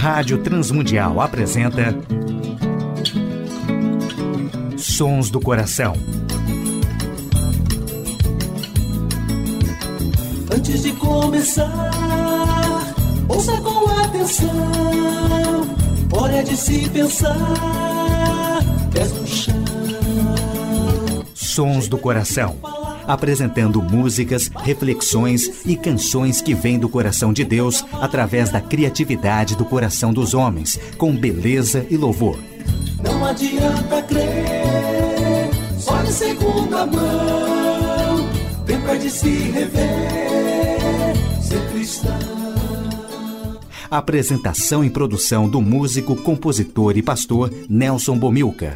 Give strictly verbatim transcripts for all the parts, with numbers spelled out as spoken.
Rádio Transmundial apresenta Sons do Coração. Antes de começar, ouça com atenção. Hora de se pensar, pés no chão. Sons do Coração. Apresentando músicas, reflexões e canções que vêm do coração de Deus através da criatividade do coração dos homens, com beleza e louvor. Não adianta crer, só de segunda mão. Tempo é de se rever, ser cristão. Apresentação e produção do músico, compositor e pastor Nelson Bomilcar.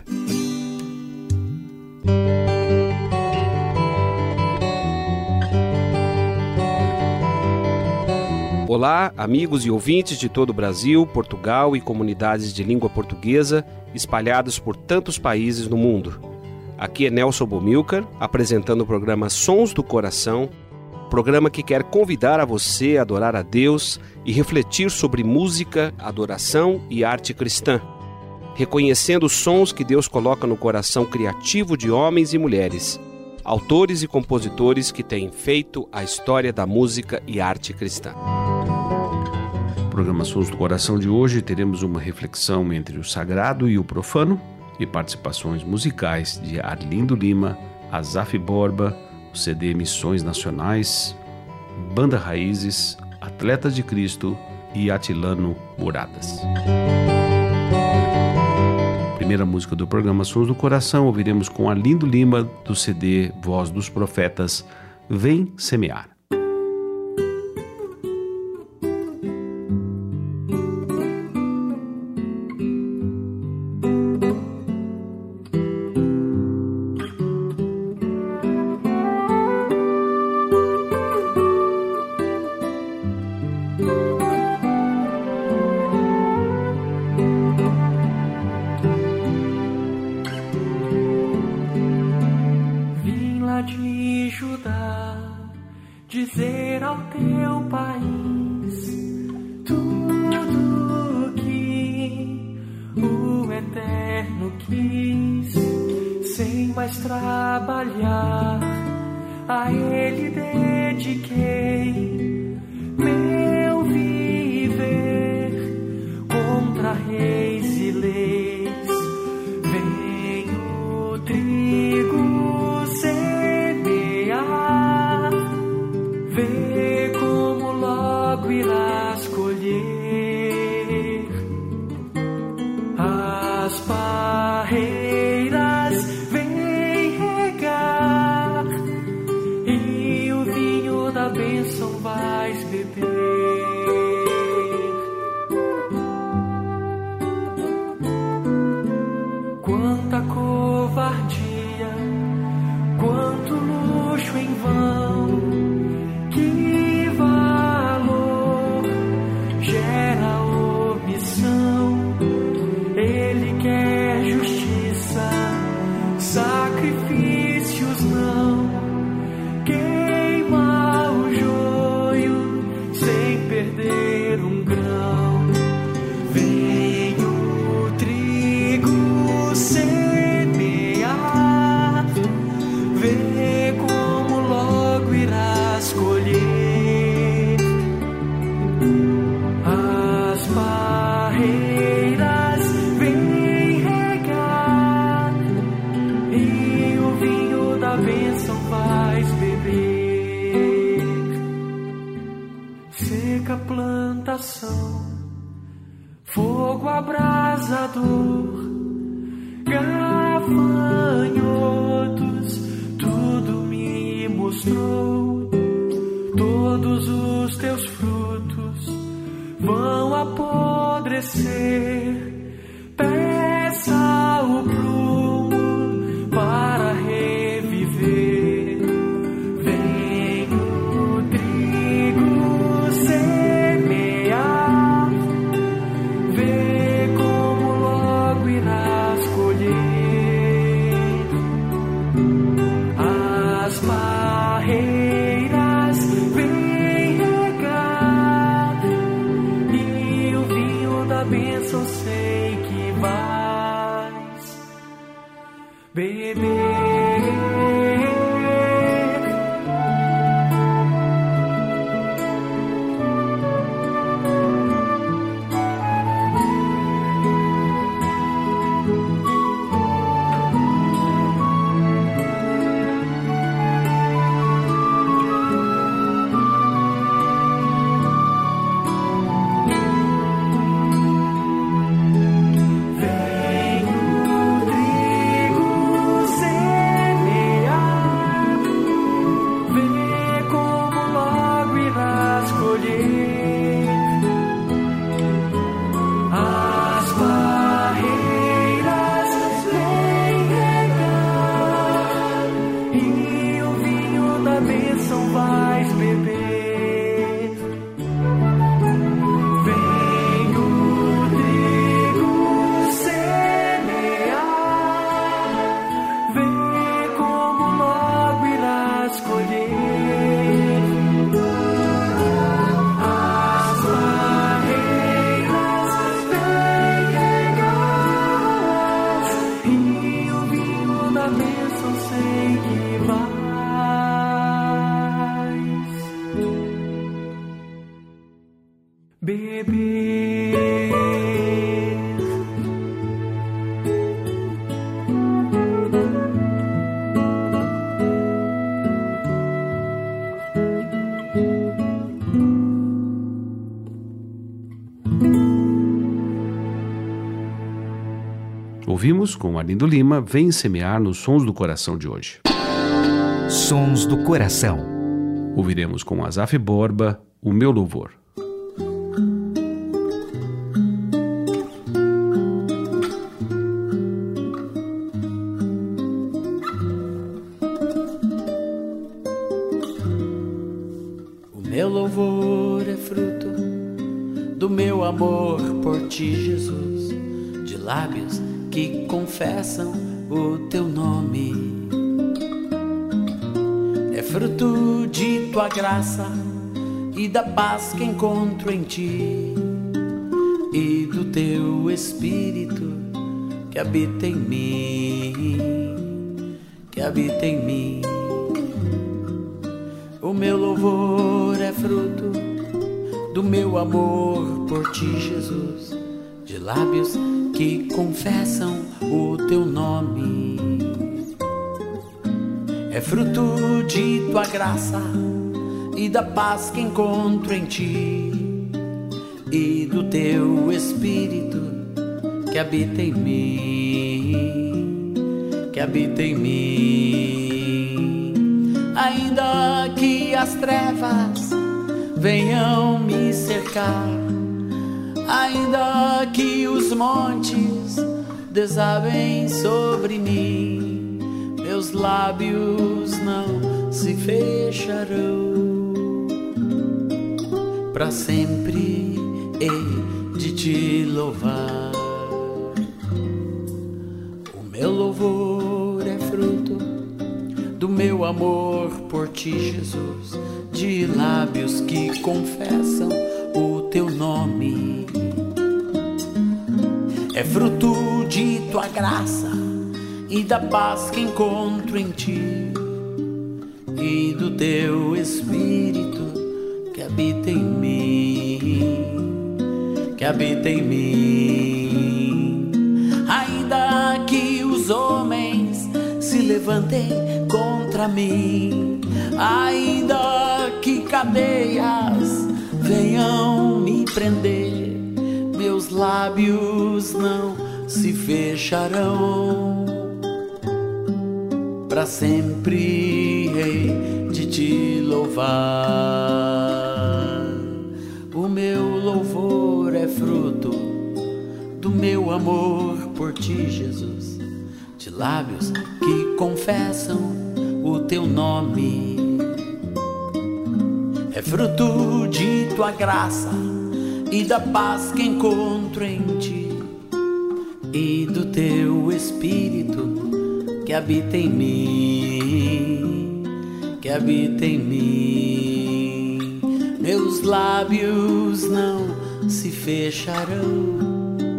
Olá, amigos e ouvintes de todo o Brasil, Portugal e comunidades de língua portuguesa espalhados por tantos países no mundo. Aqui é Nelson Bomilcar, apresentando o programa Sons do Coração, programa que quer convidar a você a adorar a Deus e refletir sobre música, adoração e arte cristã, reconhecendo os sons que Deus coloca no coração criativo de homens e mulheres, autores e compositores que têm feito a história da música e arte cristã. No programa Sons do Coração de hoje teremos uma reflexão entre o sagrado e o profano e participações musicais de Arlindo Lima, Azaf Borba, o C D Missões Nacionais, Banda Raízes, Atletas de Cristo e Atilano Muradas. Primeira música do programa Sons do Coração ouviremos com Arlindo Lima do C D Voz dos Profetas, Vem Semear. De Judá, dizer ao teu país tudo que o Eterno quis, sem mais trabalhar, a Ele dediquei meu viver contra reis e leis. Vem o trigo vê como logo irás colher as parreiras, vem regar e o vinho da bênção vais beber. Quanta covardia, quanto luxo em vão, que valor gera omissão. Ele quer justiça, sacrifícios não. Queima o joio sem perder um grão. Vem o trigo semear, vê como logo irás colher as parreiras, vem regar e o vinho da bênção vais beber. Seca a plantação, fogo abrasador, gafanhotos, tudo me mostrou. Todos os teus frutos vão apodrecer. Peça o prumo para reviver. Vem o trigo semear, vê como logo irás colher as parreiras, vem regar e o vinho da bênção sei que vais beber. Ouvimos com Arlindo Lima, Vem Semear nos Sons do Coração de hoje. Sons do Coração. Ouviremos com Asaf Borba, O Meu Louvor. O meu louvor é fruto do meu amor por ti, Jesus, de lábios que confessam o teu nome. É fruto de tua graça e da paz que encontro em ti, e do teu Espírito que habita em mim, que habita em mim. O meu louvor é fruto do meu amor por ti, Jesus, de lábios que confessam o teu nome. É fruto de tua graça e da paz que encontro em ti, e do teu Espírito que habita em mim, que habita em mim. Ainda que as trevas venham me cercar, ainda que os montes desabem sobre mim, meus lábios não se fecharão. Para sempre hei de te louvar. O meu louvor é fruto do meu amor por ti, Jesus, de lábios que confessam o teu nome. É fruto de tua graça e da paz que encontro em ti, e do teu Espírito que habita em mim, que habita em mim. Ainda que os homens se levantem contra mim, ainda que cadeias venham me prender, meus lábios não se fecharão. Para sempre hei de te louvar. O meu louvor é fruto do meu amor por ti, Jesus, de lábios que confessam o teu nome. É fruto de tua graça e da paz que encontro em ti, e do teu Espírito que habita em mim, que habita em mim. Meus lábios não se fecharão.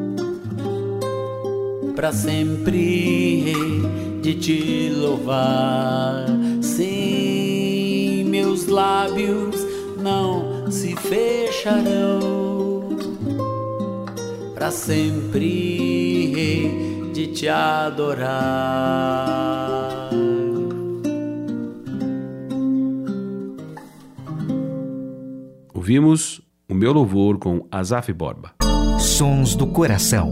Para sempre hei de te louvar. Sim, meus lábios não se fecharão. Para sempre hei de te adorar. Ouvimos O Meu Louvor com Asaf Borba. Sons do Coração.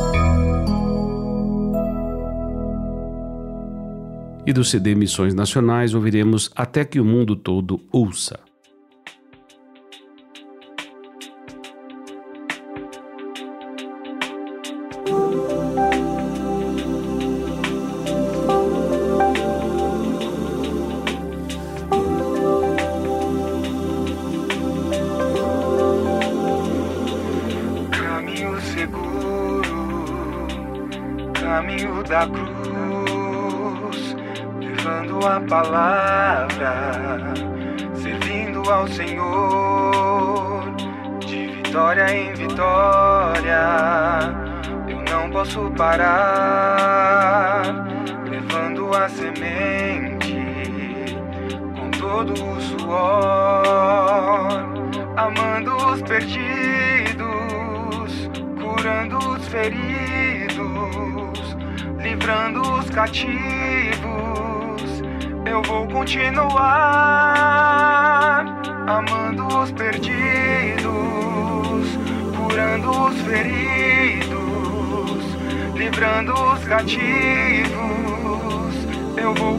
E do C D Missões Nacionais ouviremos Até que o Mundo Todo Ouça. Caminho seguro, caminho da cruz, levando a palavra, servindo ao Senhor, de vitória em vitória, eu não posso parar, levando a semente, com todo o suor, amando os perdidos, curando os feridos, livrando os cativos. Eu vou continuar amando os perdidos, curando os feridos, livrando os cativos. Eu vou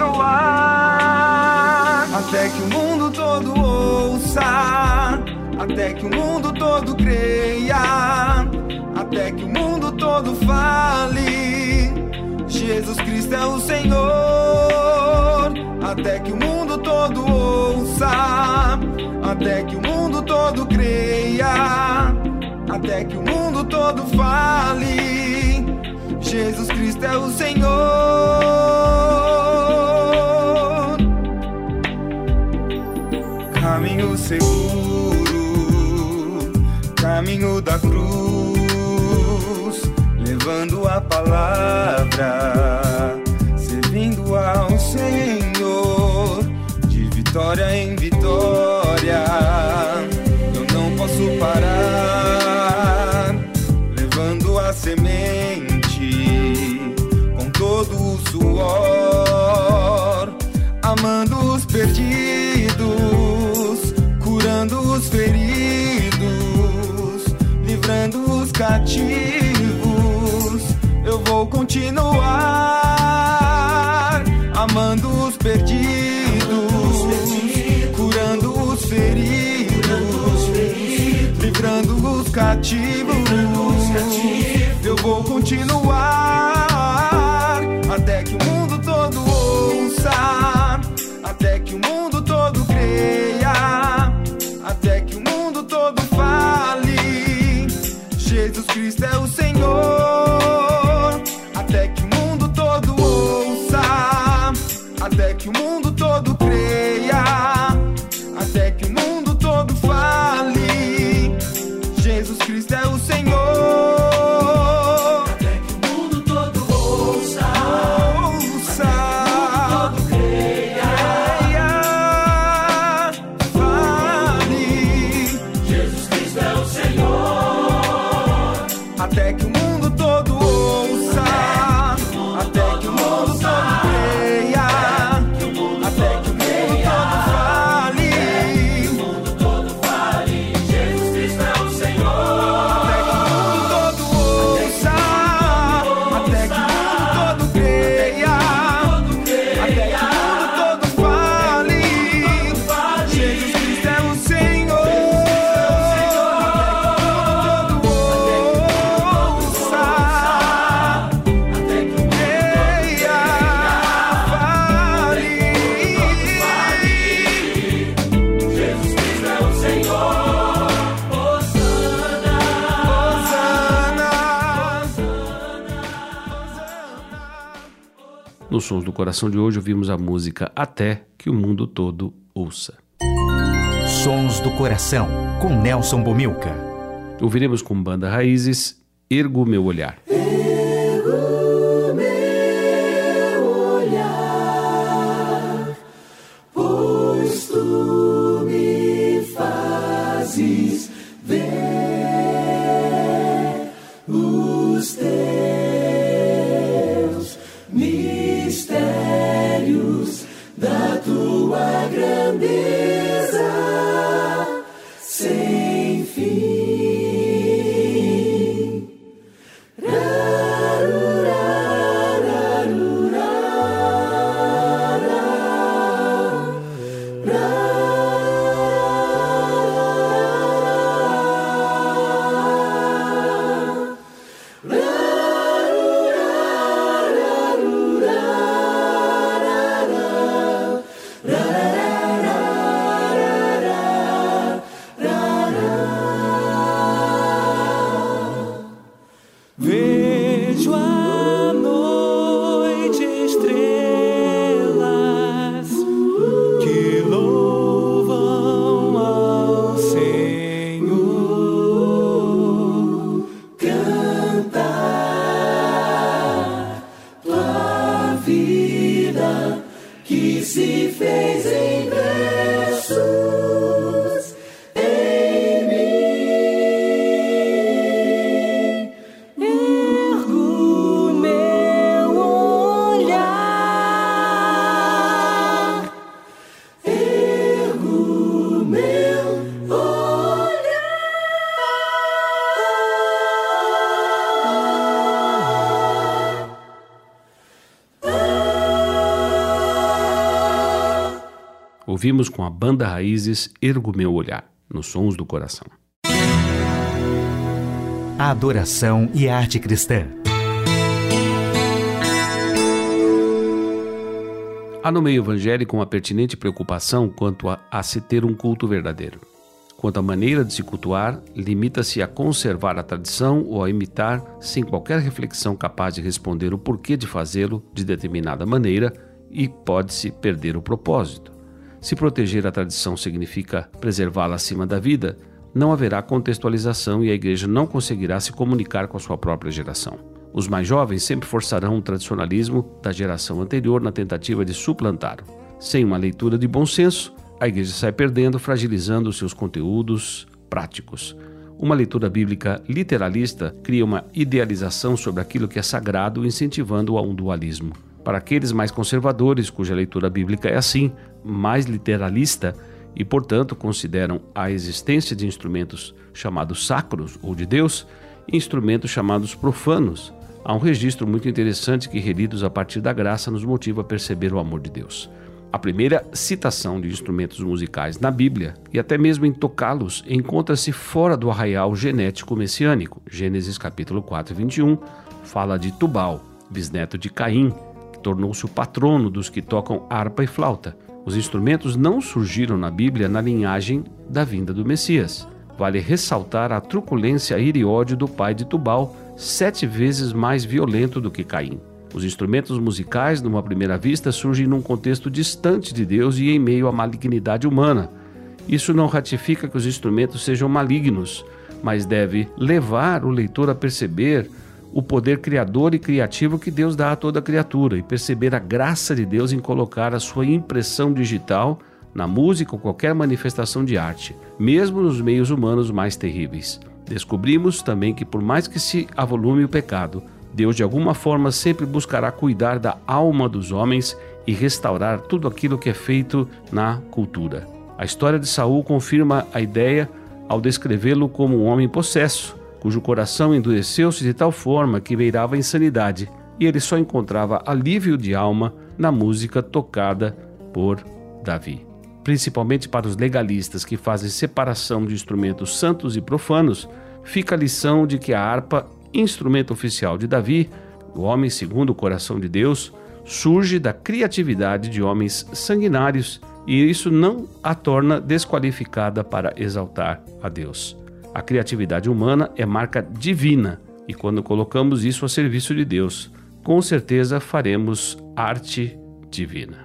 continuar até que o mundo todo ouça, até que o mundo todo creia, até que o mundo todo fale: Jesus Cristo é o Senhor. Até que o mundo todo ouça, até que o mundo todo creia, até que o mundo todo fale: Jesus Cristo é o Senhor. Caminho seguro, caminho da cruz, levando a palavra, servindo ao Senhor, de vitória em vitória, eu não posso parar, levando a semente, com todo o suor, amando os perdidos, curando os feridos, livrando os cativos. Eu vou continuar amando os perdidos, curando os feridos, livrando os cativos. Eu vou continuar até que o mundo todo ouça, até que o mundo todo creia, até que o mundo todo fale: Jesus Cristo é o Senhor. Até que o mundo todo ouça, até que o mundo todo creia, até que o mundo todo fale: Jesus Cristo é o Senhor. Até que o mundo todo ouça, ouça, até que o mundo todo creia, fale: Jesus Cristo é o Senhor. Até que o mundo todo ouça, até que o mundo todo creia, até que o mundo todo fale, o mundo todo fale: Jesus Cristo é o Senhor. Até que o mundo todo ouça, até que o mundo todo creia, até que o mundo todo fale, Jesus Cristo é o Senhor. Nos Sons do Coração de hoje ouvimos a música Até que o Mundo Todo Ouça. Sons do Coração, com Nelson Bomilca. Ouviremos com Banda Raízes, Ergo Meu Olhar. Ergo meu olhar, pois tu me fazes ver os teus mistérios da tua grandeza sem fim. Vejo à noite estrelas que louvam ao Senhor, cantar tua vida que se fez em versos em mim. Ergo meu olhar, ergo meu olhar. Ouvimos com a Banda Raízes, Ergo Meu Olhar, nos Sons do Coração. A adoração e a arte cristã. Há no meio evangélico uma pertinente preocupação quanto a, a se ter um culto verdadeiro. Quanto à maneira de se cultuar, limita-se a conservar a tradição ou a imitar sem qualquer reflexão capaz de responder o porquê de fazê-lo de determinada maneira e pode-se perder o propósito. Se proteger a tradição significa preservá-la acima da vida, não haverá contextualização e a igreja não conseguirá se comunicar com a sua própria geração. Os mais jovens sempre forçarão o tradicionalismo da geração anterior na tentativa de suplantá-lo. Sem uma leitura de bom senso, a igreja sai perdendo, fragilizando os seus conteúdos práticos. Uma leitura bíblica literalista cria uma idealização sobre aquilo que é sagrado, incentivando a um dualismo. Para aqueles mais conservadores, cuja leitura bíblica é assim, mais literalista, e portanto consideram a existência de instrumentos chamados sacros ou de Deus e instrumentos chamados profanos, há um registro muito interessante que, relidos a partir da graça, nos motiva a perceber o amor de Deus. A primeira citação de instrumentos musicais na Bíblia, e até mesmo em tocá-los, encontra-se fora do arraial genético messiânico. Gênesis capítulo quatro, vinte e um, fala de Tubal, bisneto de Caim, que tornou-se o patrono dos que tocam harpa e flauta. Os instrumentos não surgiram na Bíblia na linhagem da vinda do Messias. Vale ressaltar a truculência, a ira e ódio do pai de Tubal, sete vezes mais violento do que Caim. Os instrumentos musicais, numa primeira vista, surgem num contexto distante de Deus e em meio à malignidade humana. Isso não ratifica que os instrumentos sejam malignos, mas deve levar o leitor a perceber o poder criador e criativo que Deus dá a toda criatura e perceber a graça de Deus em colocar a sua impressão digital na música ou qualquer manifestação de arte, mesmo nos meios humanos mais terríveis. Descobrimos também que, por mais que se avolume o pecado, Deus de alguma forma sempre buscará cuidar da alma dos homens e restaurar tudo aquilo que é feito na cultura. A história de Saul confirma a ideia ao descrevê-lo como um homem possesso, cujo coração endureceu-se de tal forma que beirava a insanidade, e ele só encontrava alívio de alma na música tocada por Davi. Principalmente para os legalistas que fazem separação de instrumentos santos e profanos, fica a lição de que a harpa, instrumento oficial de Davi, o homem segundo o coração de Deus, surge da criatividade de homens sanguinários, e isso não a torna desqualificada para exaltar a Deus. A criatividade humana é marca divina, e quando colocamos isso a serviço de Deus, com certeza faremos arte divina.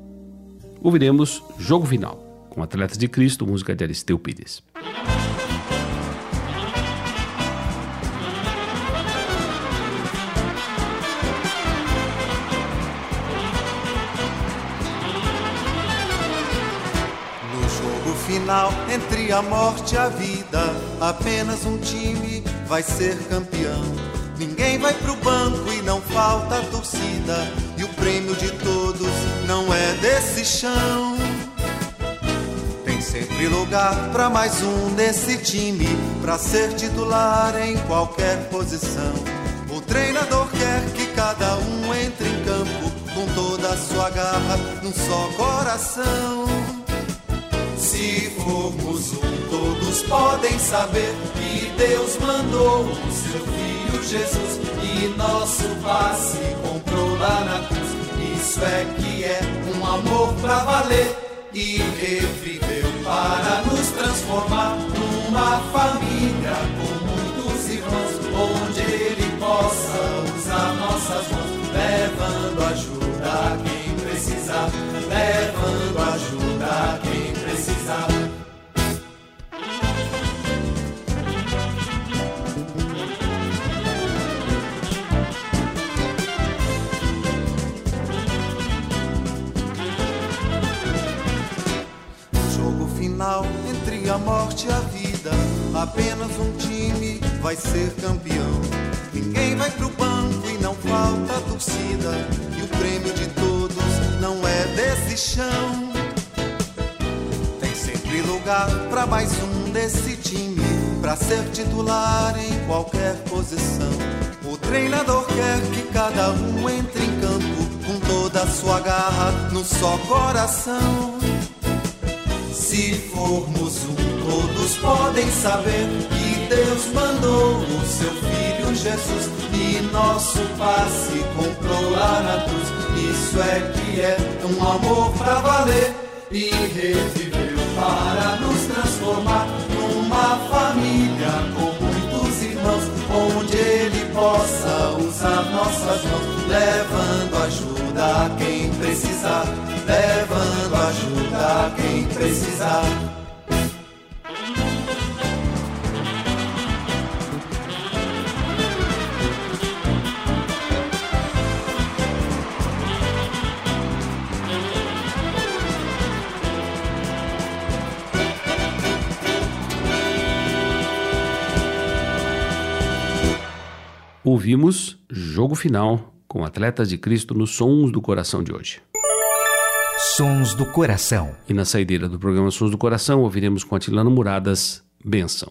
Ouviremos Jogo Final, com Atletas de Cristo, música de Aristeu Pires. final, entre a morte e a vida, apenas um time vai ser campeão. Ninguém vai pro banco e não falta torcida, e o prêmio de todos não é desse chão. Tem sempre lugar pra mais um desse time, pra ser titular em qualquer posição. O treinador quer que cada um entre em campo com toda a sua garra num só coração. Se formos um, todos podem saber que Deus mandou o seu Filho Jesus e nosso passe comprou lá na cruz. Isso é que é um amor pra valer, e reviveu para nos transformar numa família com muitos irmãos, onde Ele possa usar nossas mãos, levando ajuda a quem precisar, levando ajuda a quem precisar. Final, entre a morte e a vida, apenas um time vai ser campeão. Ninguém vai pro banco e não falta torcida, e o prêmio de todos não é desse chão. Tem sempre lugar pra mais um desse time, pra ser titular em qualquer posição. O treinador quer que cada um entre em campo com toda a sua garra no só coração. Se formos um, todos podem saber que Deus mandou o seu Filho Jesus e nosso passe comprou lá na cruz. Isso é que é um amor pra valer, e reviveu para nos transformar numa família com muitos irmãos, onde Ele possa usar nossas mãos, levando ajuda a quem precisar, levando ajuda a quem precisar. Ouvimos Jogo Final com Atletas de Cristo nos Sons do Coração de hoje. Sons do Coração. E na saideira do programa Sons do Coração, ouviremos com Atilano Muradas, Bênção.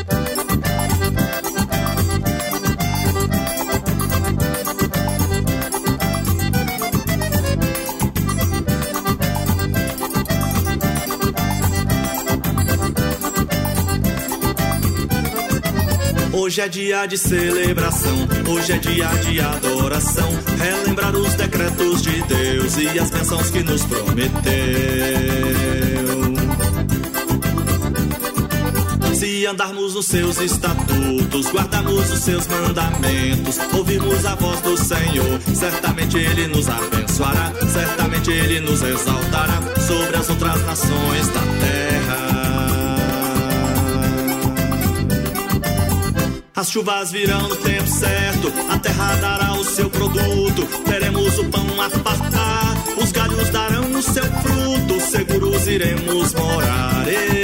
Hoje é dia de celebração, hoje é dia de adoração, relembrar os decretos de Deus e as bênçãos que nos prometeu. Se andarmos nos seus estatutos, guardarmos os seus mandamentos, ouvirmos a voz do Senhor, certamente Ele nos abençoará, certamente Ele nos exaltará sobre as outras nações da terra. As chuvas virão no tempo certo, a terra dará o seu produto, teremos o pão a fartar, os galhos darão o seu fruto, seguros iremos morar.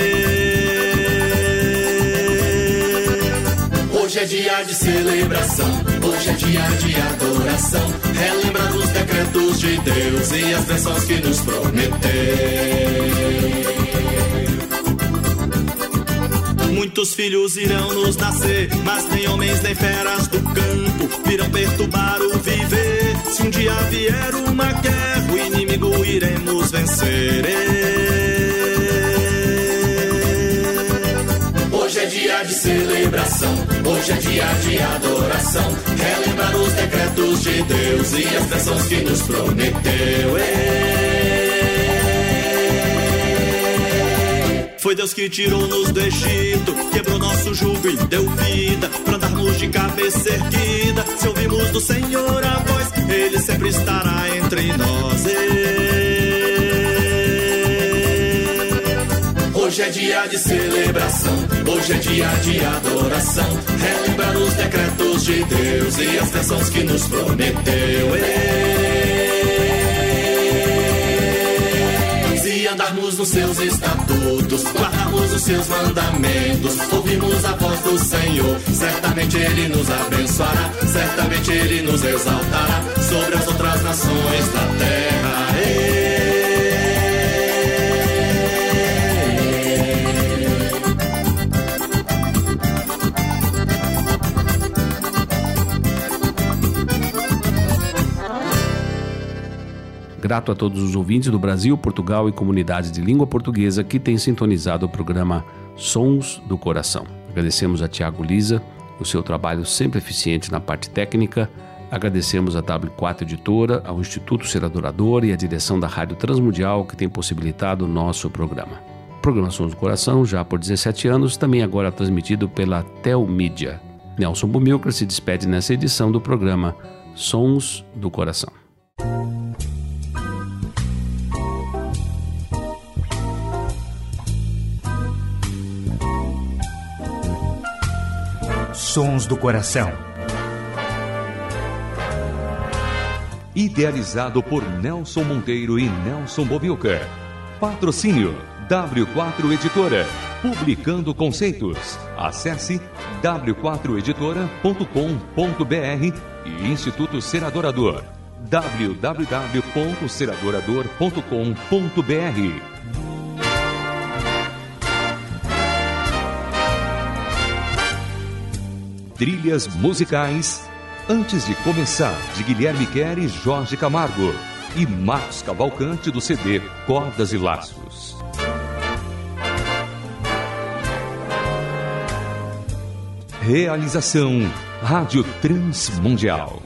Hoje é dia de celebração, hoje é dia de adoração, relembrar os decretos de Deus e as bênçãos que nos prometeu. Muitos filhos irão nos nascer, mas nem homens nem feras do campo virão perturbar o viver. Se um dia vier uma guerra, o inimigo iremos vencer. Hoje é dia de celebração, hoje é dia de adoração, relembrar os decretos de Deus e as bênçãos que nos prometeu. Foi Deus que tirou-nos do Egito, quebrou nosso jugo e deu vida, pra andarmos de cabeça erguida. Se ouvimos do Senhor a voz, Ele sempre estará entre nós. Hoje é dia de celebração, hoje é dia de adoração, relembrar os decretos de Deus e as bênçãos que nos prometeu. Se andarmos Andamos nos seus estatutos, guardamos os seus mandamentos, ouvimos a voz do Senhor. Certamente Ele nos abençoará, certamente Ele nos exaltará sobre as outras nações da terra. Ei. Grato a todos os ouvintes do Brasil, Portugal e comunidades de língua portuguesa que têm sintonizado o programa Sons do Coração. Agradecemos a Tiago Lisa, o seu trabalho sempre eficiente na parte técnica. Agradecemos a W quatro Editora, ao Instituto Ser Adorador e à direção da Rádio Transmundial que tem possibilitado o nosso programa. O programa Sons do Coração, já por dezessete anos, também agora transmitido pela Telmídia. Nelson Bumilcar se despede nessa edição do programa Sons do Coração. Sons do Coração. Idealizado por Nelson Monteiro e Nelson Bumilcar. Patrocínio W quatro Editora. Publicando conceitos. Acesse w quatro editora ponto com ponto b r e Instituto Ser Adorador. w w w ponto ser adorador ponto com ponto b r. Trilhas musicais Antes de Começar, de Guilherme Quer e Jorge Camargo, e Marcos Cavalcante do C D Cordas e Laços. Realização Rádio Transmundial.